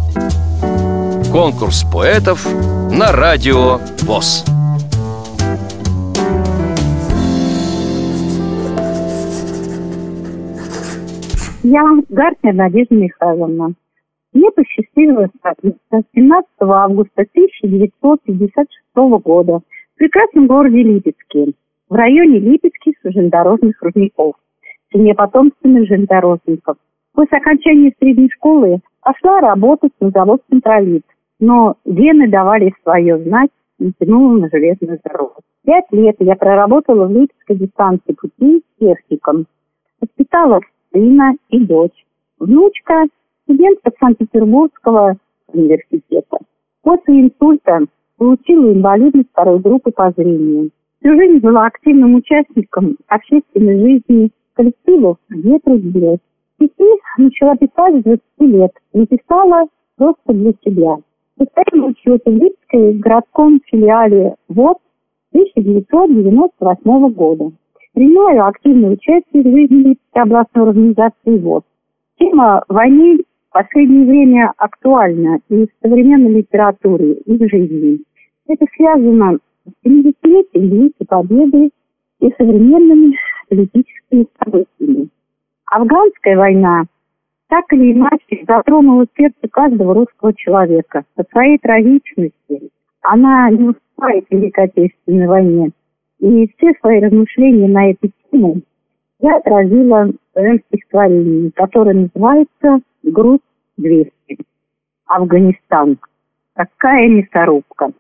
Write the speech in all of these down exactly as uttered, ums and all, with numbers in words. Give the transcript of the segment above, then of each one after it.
Конкурс поэтов на радио ВОС. Я Гартнер Надежда Михайловна. Мне посчастливилось родиться семнадцатого августа тысяча девятьсот пятьдесят шестого года в прекрасном городе Липецке, в районе Липецких железнодорожных рудников, в семье потомственных железнодорожников. После окончания средней школы пошла работать на завод «Центролит», но гены давали свое знать и тянула на железную дорогу. Пять лет я проработала в Липецкой дистанции пути техником. Воспитала сына и дочь. Внучка студентка Санкт-Петербургского университета. После инсульта получила инвалидность второй группы по зрению. Всю жизнь была активным участником общественной жизни коллективов «Где трудилась». Стихи начала писать с двадцати лет. Написала просто для себя. Постоянно училась в Липецкой городском филиале ВОС тысяча девятьсот девяносто восьмого года. Принимаю активное участие в жизни Липецкой областной организации ВОС. Тема войны в последнее время актуальна и в современной литературе, и в жизни. Это связано с семидесятилетием Великой Победы и современными политическими событиями. Афганская война так или иначе затронула сердце каждого русского человека. По своей трагичности она не уступает Великой Отечественной войне. И все свои размышления на эту тему я отразила в своем стихотворении, которое называется «Груз двести». Афганистан. Какая мясорубка.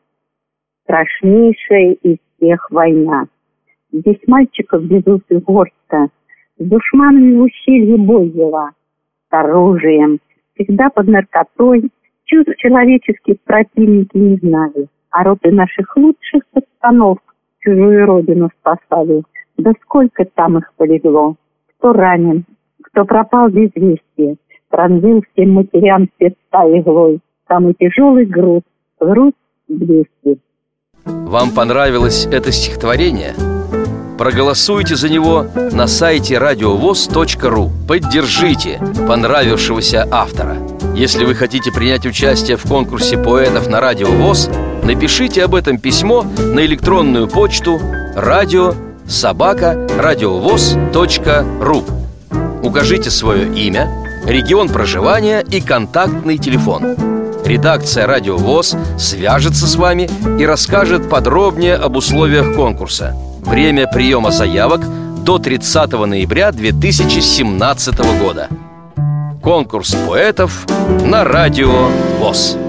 Страшнейшая из всех война. Здесь мальчиков везут из горста. С душманами в ущелье бой вела. С оружием. Всегда под наркотой. Чувств человеческих противники не знали. А роты наших лучших пацанов чужую родину спасали. Да сколько там их полегло. Кто ранен, кто пропал без вести. Пронзил всем матерям сердца иглой. Самый тяжелый груз. Груз двести. Вам понравилось это стихотворение? Проголосуйте за него на сайте радиовос точка ру. Поддержите понравившегося автора. Если вы хотите принять участие в конкурсе поэтов на Радио ВОС, напишите об этом письмо на электронную почту радио собака радиовос точка ру. Укажите свое имя, регион проживания и контактный телефон. Редакция Радио ВОС свяжется с вами и расскажет подробнее об условиях конкурса. Время приема заявок до тридцатого ноября две тысячи семнадцатого года. Конкурс поэтов на Радио ВОС.